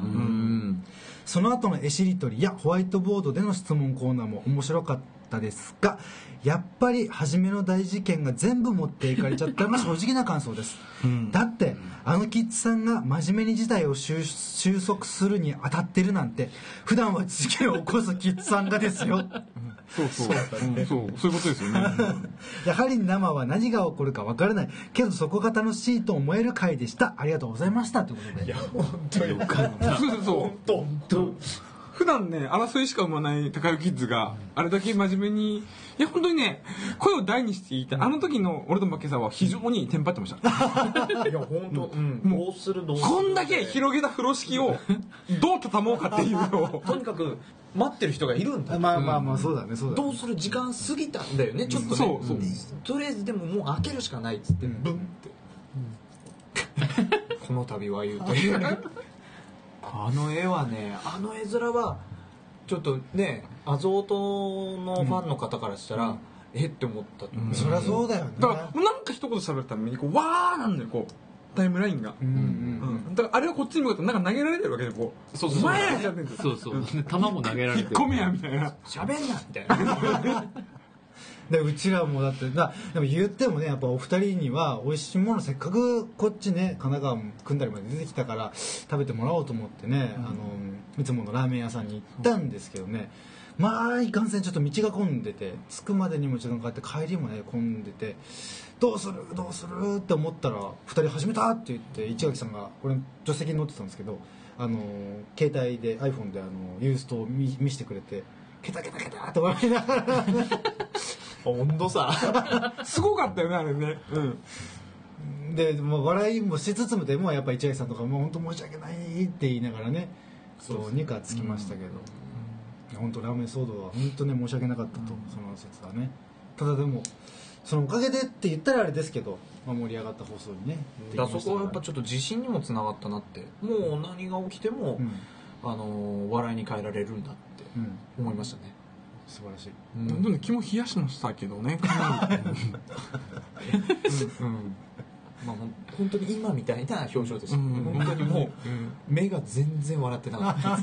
その後の絵しりとりやホワイトボードでの質問コーナーも面白かったですが、やっぱり初めの大事件が全部持っていかれちゃったのが正直な感想です、うん、だってあのキッズさんが真面目に事態を収束するに当たってるなんて、普段は事件を起こすキッズさんがですよそうそうそうそうそういうことですよねやはり生は何が起こるか分からないけど、そこが楽しいと思える回でした。ありがとうございましたということで。 いや本当よかったそうそうそう本当本当普段ね争いしか生まない高代キッズがあれだけ真面目に、いや本当にね声を大にして言いたい、あの時の俺とマッケさんは非常にテンパってましたいや本当、うん、もうどうするどうするこんだけ広げた風呂敷をどう畳もうかっていうのをとにかく待ってる人がいるんだ。 まあまあまあそうだねそうだね。 どうする時間過ぎたんだよねちょっとね。 そうそう、 とりあえずでももう開けるしかないっつってブンって、この度は言うてあの絵はね、あの絵面はちょっとね、アゾートのファンの方からしたら、うん、えって思ったと思う、 うん、そりゃそうだよね。 だからなんか一言喋るためにこうわーなんだよ、こうタイムラインが、うんうんうん、だからあれはこっちに向かってなんか投げられてるわけで、こうそうそうそうお前やじゃねえそうそう球も投げられてる、 引っ込めやみたいな、 喋んなみたいなでうちらもだってだでも言ってもね、やっぱお二人には美味しいものせっかくこっちね神奈川も組んだりまで出てきたから食べてもらおうと思ってね、うん、あのいつものラーメン屋さんに行ったんですけどね、まあいかんせんちょっと道が混んでて、着くまでにも時間かかって帰りもね混んでて、どうするどうするって思ったらふたり始めたって言って市垣さんが俺助手席に乗ってたんですけど、あの携帯で iPhone であのユーストを 見, 見せてくれてケタケタケタって笑いながら温度差すごかったよねあれね。 うんでもう笑いもしつつもでもやっぱ市垣さんとかも本当申し訳ないって言いながらねどうにかつきましたけど、うん、本当ラーメン騒動は本当ね申し訳なかったと、うん、その説はね。ただでもそのおかげでって言ったらあれですけど、まあ、盛り上がった放送にねだそこはやっぱちょっと自信にもつながったなって、もう何が起きても、うん、あの笑いに変えられるんだって思いましたね、 うん、素晴らしい、 うん、どんどん気も冷やしましたけどねうん、うんまあ、本当に今みたいな表情でした、うん、本当にもう、うん、目が全然笑ってなかった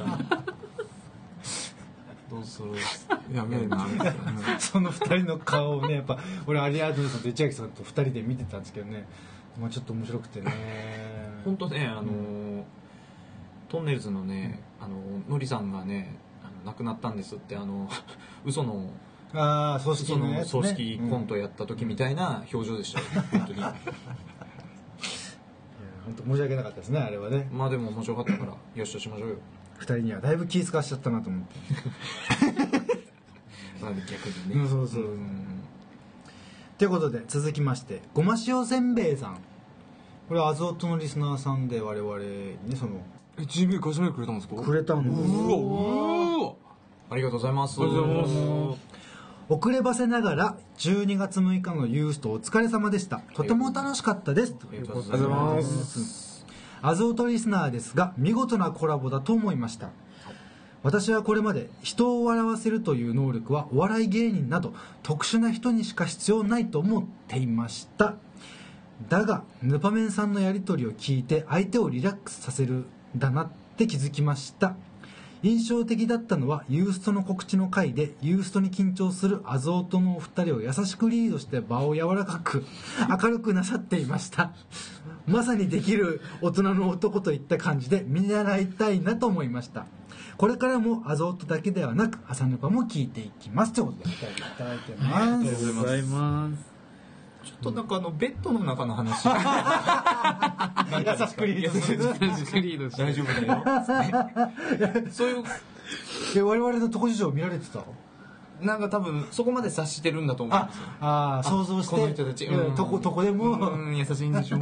どうするやべえなそのふたりの顔をねやっぱ俺アリアードゥさんと市垣さんとふたりで見てたんですけどね、まあ、ちょっと面白くてね本当ねあの、うん、トンネルズのねあのノリさんがねあの亡くなったんですってあの嘘のあ組織のやつ、ね、 組織コントやった時みたいな表情でしたよ、うん、本当にいや本当申し訳なかったですねあれはね。 まあでも面白かったからよしとしましょうよ。 ふたりにはだいぶ気遣わしちゃったなと思ってまあ逆にね、 うん、そうそう、うん、ということで続きましてごま塩せんべいさん、これはアゾートのリスナーさんで我々にねそのえ ジービー 貸しメールくれたんですか。 くれたんです。 うわうわありがとうございます。 ありがとうございます。 遅ればせながらじゅうにがつむいかのユーストお疲れ様でした。とても楽しかったです。 ありがとうございます。 アゾートリスナーですが見事なコラボだと思いました。私はこれまで人を笑わせるという能力はお笑い芸人など特殊な人にしか必要ないと思っていました。だがヌパメンさんのやり取りを聞いて相手をリラックスさせるんだなって気づきました。印象的だったのはユーストの告知の回でユーストに緊張するアゾートのお二人を優しくリードして場を柔らかく明るくなさっていました。まさにできる大人の男といった感じで見習いたいなと思いました。これからもアゾートだけではなく朝ヌパも聞いていきますということでいただいてます。 ありがとうございます。ちょっとなんかあのベッドの中の話優しくリードする優しくリードして大丈夫だよそういうえ我々のとこ事情見られてたなんか多分そこまで察してるんだと思うんですよ。 ああ想像してこの人たち、うん、 とことこでもうん優しいんでしょ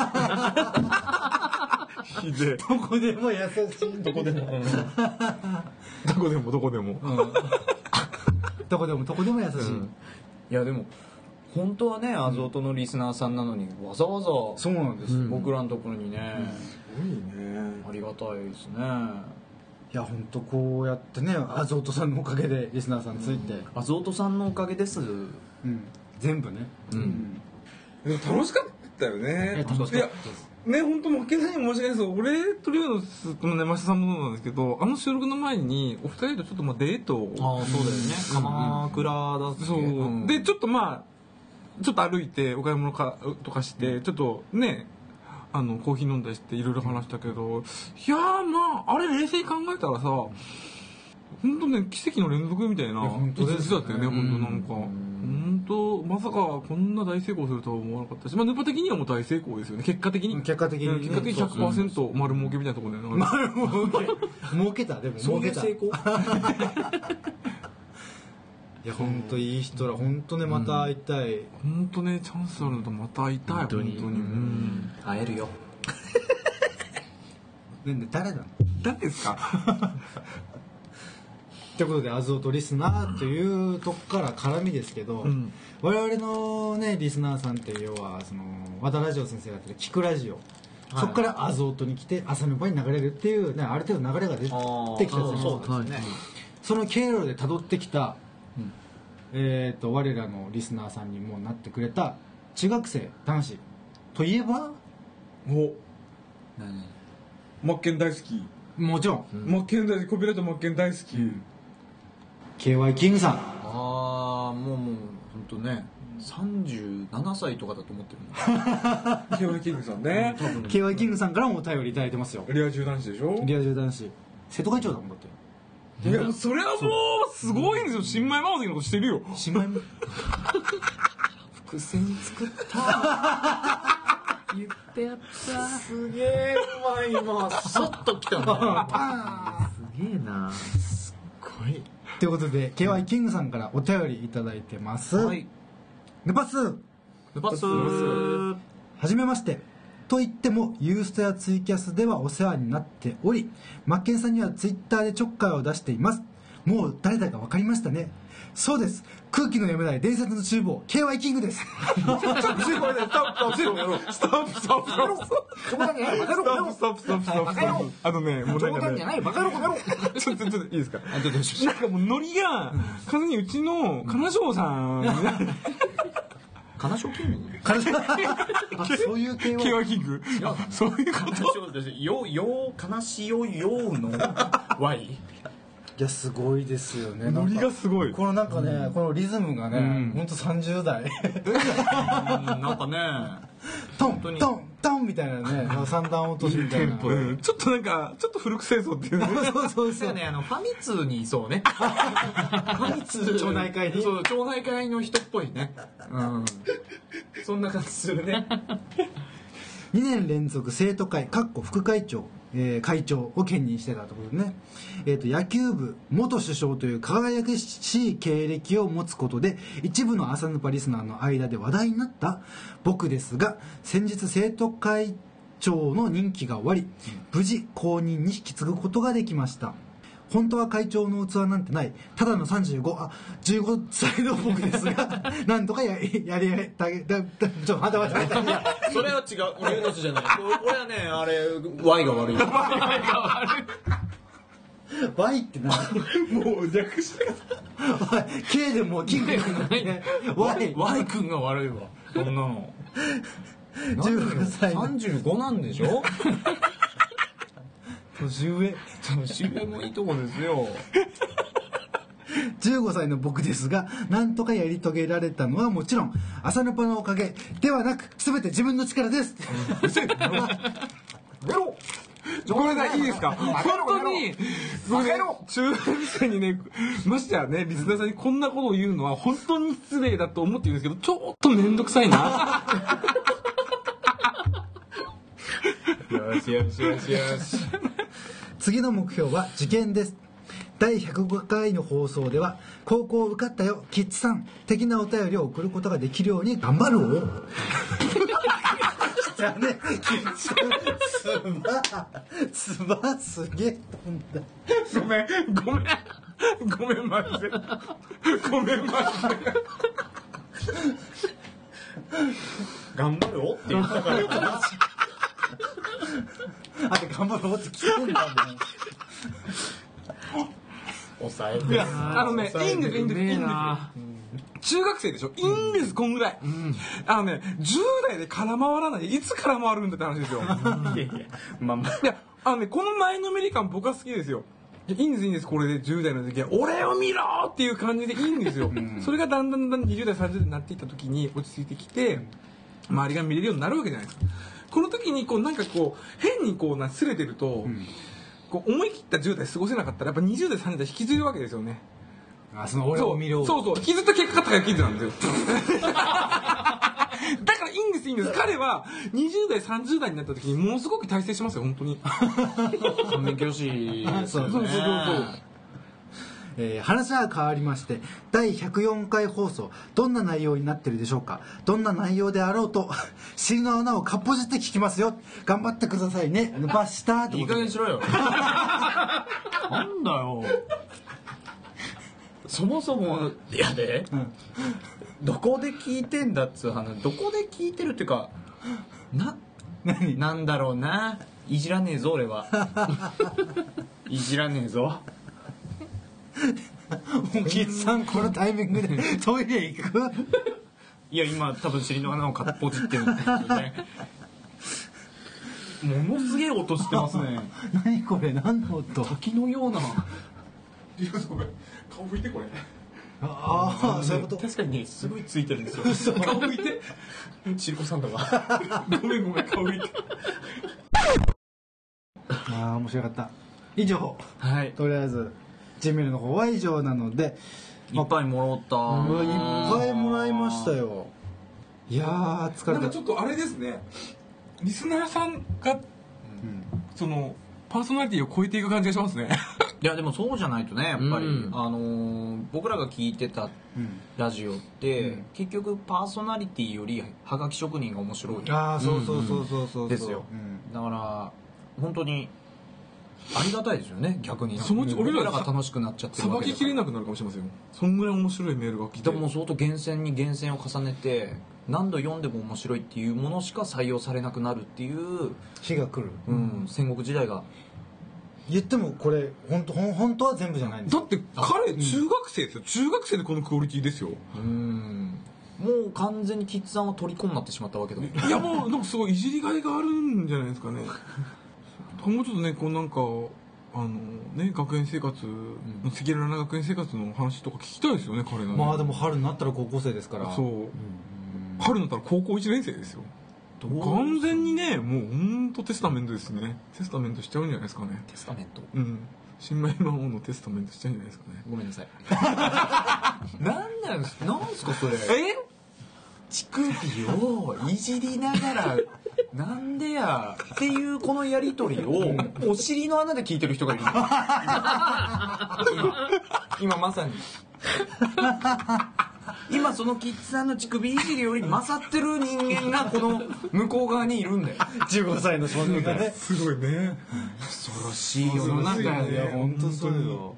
ひでえどこでも優しいどこでも、うん、 どこでもどこでも、うん、 どこでもどこでも優しい、うん、 いやでも本当はねアゾートのリスナーさんなのにわざわざそうなんです、 僕らのところにね、 すごいねありがたいですね。 いや本当こうやってねアゾートさんのおかげでリスナーさんついて、うん、 アゾートさんのおかげです、うん、 全部ね、 うんうん、でも楽しかったよね。 楽しかったです。いやね本当負けないに申し訳ないです。俺とリオのこのね増田さんもそうなんですけど、あの収録の前にお二人とちょっとまあデートをああそうだよね、うん、鎌倉だってそう、うん、でちょっとまあちょっと歩いてお買い物かとかしてちょっとねあのコーヒー飲んだりしていろいろ話したけど、いやーまああれ冷静に考えたらさ本当ね奇跡の連続みたいな一日だったよね。本当なんか本当まさかこんな大成功するとは思わなかったし、まあヌパ的にはもう大成功ですよね。結果的に結果的に、ね、 結果的に ひゃくパーセント 丸儲けみたいなところで丸儲け儲けたでも儲けたそういう成功いや本当いい人ら本当ねまた会いたい、 うん、本当ねチャンスあるのとまた会いたい本当に、本当に、うん、 会えるよねね誰なの誰ですかということでアゾートリスナーというとこから絡みですけど、うん、我々のねリスナーさんって要はその和田ラジオ先生がやってる聞くラジオ、はい、そこからアゾートに来て朝の場に流れるっていう、ね、ある程度流れが出てきたじゃないですか。 そうですね、 その経路で辿ってきたえー、と我らのリスナーさんにもなってくれた中学生男子といえばおマッケン大好き。 もちろん、 うん、マッケン大好きコピーライトマッケン大好き、うん、 ケーワイ キングさん。ああもうもう本当ねさんじゅうななさいとかだと思ってるケーワイ キングさんね、 うん、ケーワイ キングさんからもお便りいただいてますよ。 リア充男子でしょ。リア充男子瀬戸会長だもんだって。 いやそれはもうすごいんですよ。新米ママのことしてるよ。 新米伏線作った言ってやった。すげえうまい今ショッときたねすげえなすっごい。 ということで ケーワイ キングさんからお便りいただいてます、 はい。 ヌパスヌパスーはじめまして。と言ってもユーストやツイキャスではお世話になっており、マッケンさんにはツイッターでちょっかいを出しています。もう誰だか分かりましたね。そうです、空気の読めない伝説の厨房 ケーワイ キングです。 ストップストップストップストップストップストップストップあのね、もうなんかね、ちょっとちょっといいですか。なんかもうノリが完全にうちの金城さん金賞キングあ、そういう系はケーワイ キングそういうこと。 よよ悲しよよの Y いや、すごいですよね。 ノリがすごい。 このなんかね、このリズムがね、ほんとさんじゅう代なんかね、 トントントンみたいなね、三段落としみたいな。 うんちょっとなんかちょっと古くせえぞっていうね。 そうそうそう。 ね、あのファミ通にいそうね。ファミ通町内会に。 そう、町内会の人っぽいね。うん。そんな感じするね。 にねん連続生徒会かっこ副会長、えー、会長を兼任してたところでね、えー、と野球部元首相という輝かしい経歴を持つことで一部の朝ヌパリスナーの間で話題になった僕ですが、先日生徒会長の任期が終わり、無事後任に引き継ぐことができました。本当は会長の器なんてないただのさんじゅうご、あ、じゅうごさいの僕ですがなんとかややりたげだだちょっと待って待って待ってそれは違う、俺のじゃない。俺はね、あれ Y が悪い。Y が悪い。Y って何？ もう略して K でもキングでもないね。Y Y 君が悪いわ。そんなの。 じゅうごさいさんじゅうごなんでしょ？ 年上年上もいいとこですよ。 じゅうごさいの僕ですが、なんとかやり遂げられたのはもちろん朝ヌパのおかげではなく、全て自分の力です。 ごめんなさい、いいですか。本当にごめん、中学生にね、ましてやね、リスナーさんにこんなことを言うのは本当に失礼だと思っているんですけど、ちょっと面倒くさいな。 よしよしよしよし。 次の目標は受験です。だいひゃくごかいの放送では高校受かったよキッズさん的なお便りを送ることができるように頑張るをじゃあね、つばつばすげえ飛んだ。 ごめんごめんごめんマジでごめんマジで頑張るおって言ったからかな。 あれ頑張ろうって聞くんだもん。 抑えて。 あのね、いいんですいいんですいいんですよ。中学生でしょ、いいんです、こんぐらい、うん、あのね、じゅう代で空回らない、いつ空回るんだって話ですよ。 いやいや、まあまあ、 いや、あのね、この前のめり感僕は好きですよ。いいんですいいんです、これでじゅう代の時は俺を見ろっていう感じでいいんですよ、うん、それがだんだんだんだんにじゅう代さんじゅう代になっていった時に落ち着いてきて周りが見れるようになるわけじゃないですか。この時にこうなんかこう変にこうなすれてると、うん、こう思い切ったじゅう代過ごせなかったらやっぱにじゅう代さんじゅう代引きずるわけですよね。 あ、その俺を見ろ。 そうそうそう、引きずった結果高いキッズなんですよ。だからいいんですいいんです。彼はにじゅう代さんじゅう代になった時にものすごく大成しますよ本当に。 反面教師。 そうそうそうそう。えー、話は変わりましてだいひゃくよんかい放送どんな内容になってるでしょうか。どんな内容であろうと尻の穴をかっぽじって聞きますよ。頑張ってくださいね。バシター。 いい加減にしろよ。なんだよ。そもそもいやで、うん、どこで聞いてんだっつう話。どこで聞いてるっていうかな何なんだろうな。いじらねえぞ俺は。いじらねえぞ。 おきさんこのタイミングでトイレ行く？ いや今多分尻の穴をかっぽじってるんですよね。ものすげえ音してますね。 何これ何の音？ 滝のような。 顔拭いてこれ。 ああ、そういうこと。 確かにね、すごいついてるんですよ。顔拭いて。ちりこさんとか。ごめんごめん、顔拭いて。 ああ、面白かった。以上。 はい。 とりあえず G メールの方は以上なので、 いっぱいもらった。 いっぱいもらいましたよ。いやー疲れた。 なんかちょっとあれですね。リスナーさんが、うん、そのパーソナリティを超えていく感じがしますね。 いやでもそうじゃないとねやっぱり、 うんあのー僕らが聞いてたラジオって、 うん結局パーソナリティよりはがき職人が面白いああそうそうそうそうそうですよ、 うんだから本当にありがたいですよね逆にそのうち俺ら僕らが楽しくなっちゃってるさばわけだからききれなくなるかもしれませんよ。そんぐらい面白いメールが来て。 でも相当厳選に厳選を重ねて何度読んでも面白いっていうものしか採用されなくなるっていう、 日が来る、 うん、戦国時代が言ってもこれ本当本当は全部じゃないんですよ。 だって彼中学生ですよ。中学生でこのクオリティですよ。 うんもう完全にキッズさんは虜になってしまったわけだもんいやもうなんかすごいいじりがいがあるんじゃないですかね。もうちょっとねこうなんかあのね学園生活の赤裸々な学園生活の話とか聞きたいですよね彼のね。 まあでも春になったら高校生ですから。 そう春になったら高校いちねん生ですよ。完全にねもうほんとテスタメントですね。テスタメントしちゃうんじゃないですかね。 テスタメントうん新米魔王のテスタメントしちゃうんじゃないですかね。 ごめんなさいなんなんですなんすかそれえ乳首をいじりながらなんでやっていうこのやり取りをお尻の穴で聞いてる人がいる今今まさに今そのキッズさんの乳首いじりより勝ってる人間がこの向こう側にいるんだよ。 じゅうごさいの少年がね。 すごいね。 恐ろしい世の中やいやで。 本当そうよ。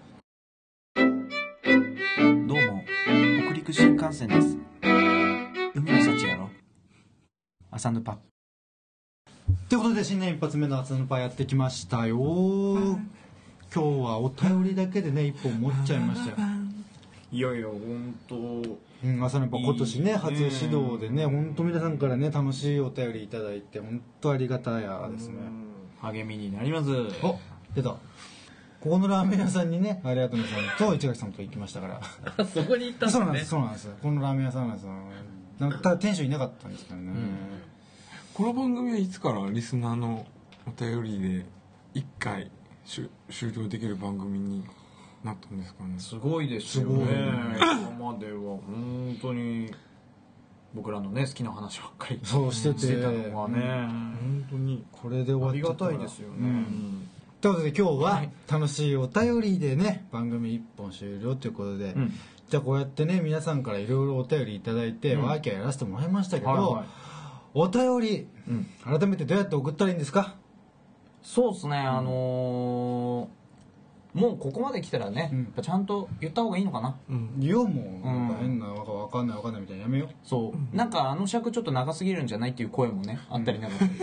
どうも北陸新幹線です。海の幸やろ朝ぬぱ。 ということで新年一発目の朝のパやってきましたよ。今日はお便りだけでね一本持っちゃいましたよ。 いやいや本当うん、朝のパ今年ねいいね初指導でね本当皆さんからね楽しいお便りいただいて本当ありがたやですね。 励みになります。 お出た。ここのラーメン屋さんにね有跡野さんと市垣さんと行きましたからそこに行ったんですね。 そうなんですそうなんですこのラーメン屋さんなんですよ。なんかただ店主いなかったんですけどね、 この番組はいつからリスナーのお便りでいっかい終了できる番組になったんですかね。 すごいですよすごいね。今までは本当に僕らのね好きな話ばっかりそうしててしてたのがね、 本当にこれで終わありがっちゃったからたいですよね。 うんということで今日は楽しいお便りでね番組いっぽん終了ということで、 うんじゃあこうやってね皆さんからいろいろお便りいただいて、 うんワーキャーやらせてもらいましたけど、 はいはいお便り、 うん改めてどうやって送ったらいいんですか？ そうですね、あのーもうここまで来たらね、 うんやっぱちゃんと言った方がいいのかな。 うんいやもう、 んなんか変なわかわかんないわかんないみたいなやめよう。 そう、なんかあの尺ちょっと長すぎるんじゃないっていう声もねあったりなかったり、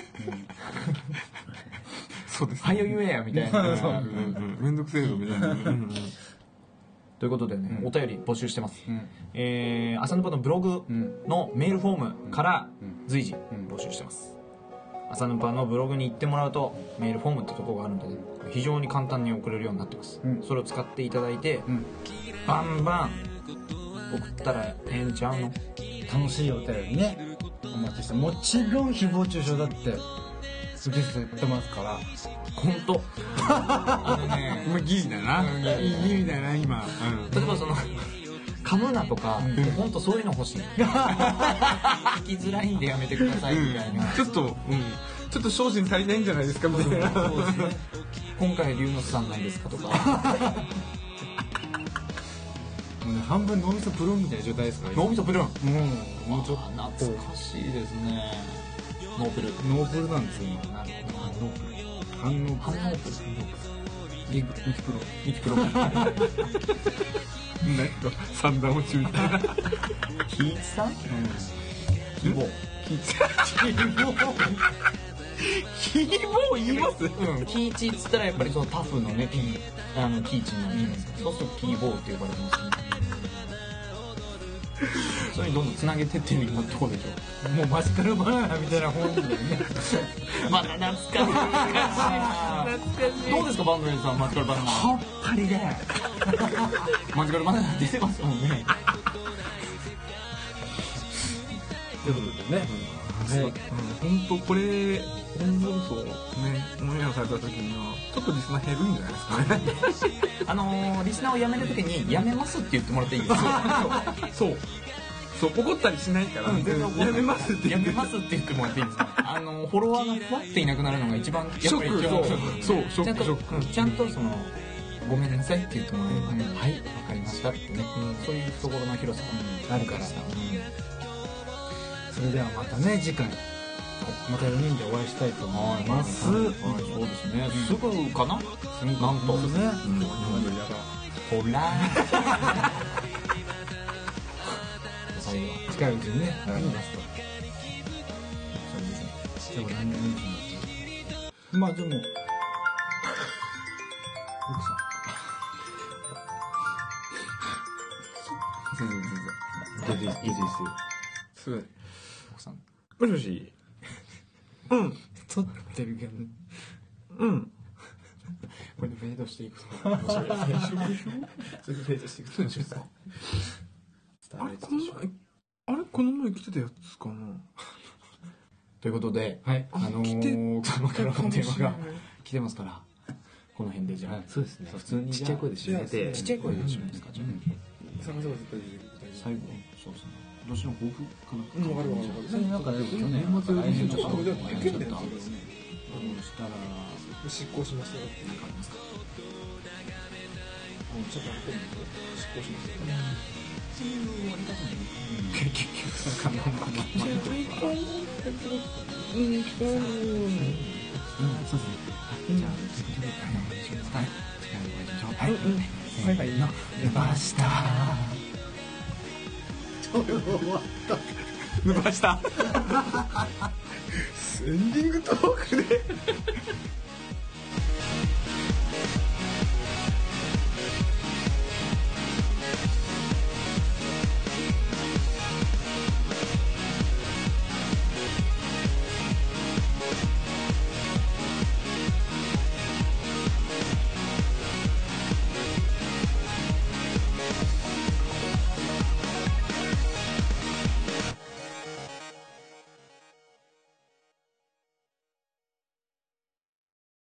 そうですはよ言えやみたいな。 うんうんめんどくせえぞみたいな。うんうんということでね、お便り募集してます。 うんえー、朝ぬぱのブログのメールフォームからうん随時募集してます。朝ぬぱのブログに行ってもらうとメールフォームってとこがあるんでね、非常に簡単に送れるようになってます。 うんそれを使っていただいて、 うんバンバン送ったらええんちゃうの？ 楽しいお便りねお待ちして、もちろん誹謗中傷だって受け付けてますから。 本当。あのね、 まあギリだな。いいギリだな今。うん例えばその噛むなとか、本当そういうの欲しい。聞きづらいんでやめてくださいみたいな。 ちょっと、うん、ちょっと精進足りないんじゃないですかみたいな。 そうですね。今回龍之さんなんですかとか。 もうね半分脳みそプルンみたいな状態ですから脳みそプルン。 うんもうちょっとあー懐かしいですね。ノープル。 ノープルなんですよ今。 なるほど。 反応反応プル。 ミキプロミキプロ。 なんか三段落ちみたいな。 キイチさん？希望。 希望言います？ うん。キイチっつったらやっぱりそのタフのねピーあのキイチになるじゃないですか。そうするとキーボーって呼ばれてますね。それにどんどんつなげてってる今どうでしょう。 もうマジカルバナナみたいな本でねまだ懐かしい。懐かしい。どうですかバンドレンさんマジカルバナナ。 はっぱりでマジカルバナナ出てますもんね。ということでね。 はい。本当これ本放送ねオンエアされた時にはちょっとリスナー減るんじゃないですかね。 あのーリスナーを辞めるときに辞めますって言ってもらっていいですか。 そう。 そう怒ったりしないから、 うん全然怒らないやめますってや言ってめますって言ってもらっていいですか。あのフォロワーがふわっていなくなるのが一番やっぱりショック一番そうそうちゃんとショックうんちゃんとそのごめんなさいって言ってもらえば、はいわかりましたってね、そういう懐の広さがあるから、それではまたね次回またよにんでお会いしたいと思います。 はい、そうですね。すぐかな？なんと。 そうですね。ほら。最後は近いうちにね、何出すと。でも何でもいいとまあでも、奥さん。全然全然。全然いいですよ。 すごい。 奥さん。 もしもし。うん撮ってるけど、 うんこれでフェードしていくと面白い。それでフェードしていくと面白いですか。 あれこの前あれこの前来てたやつかな。 ということで、 はいあの来てー、奥様からの電話が来てますから、この辺でじゃあ、 そうですね。普通にちっちゃい声で締めて。 ちっちゃい声でしょですか、じゃあ。 探せば絶対出てくる最後、そうですね。どっちの抱負かな。 うんわかるわかるわかるそれなんか去年年末来年ちょっとあじゃあやっちゃった。どうしたら執行しますよなんかありますか。 ちょっと待って執行しますよ結局その金をまままうんそうですね。じゃあということで、はい。次回お会いしましょう。はい。 はいはいの出ました。 抜かしたエンディングトークで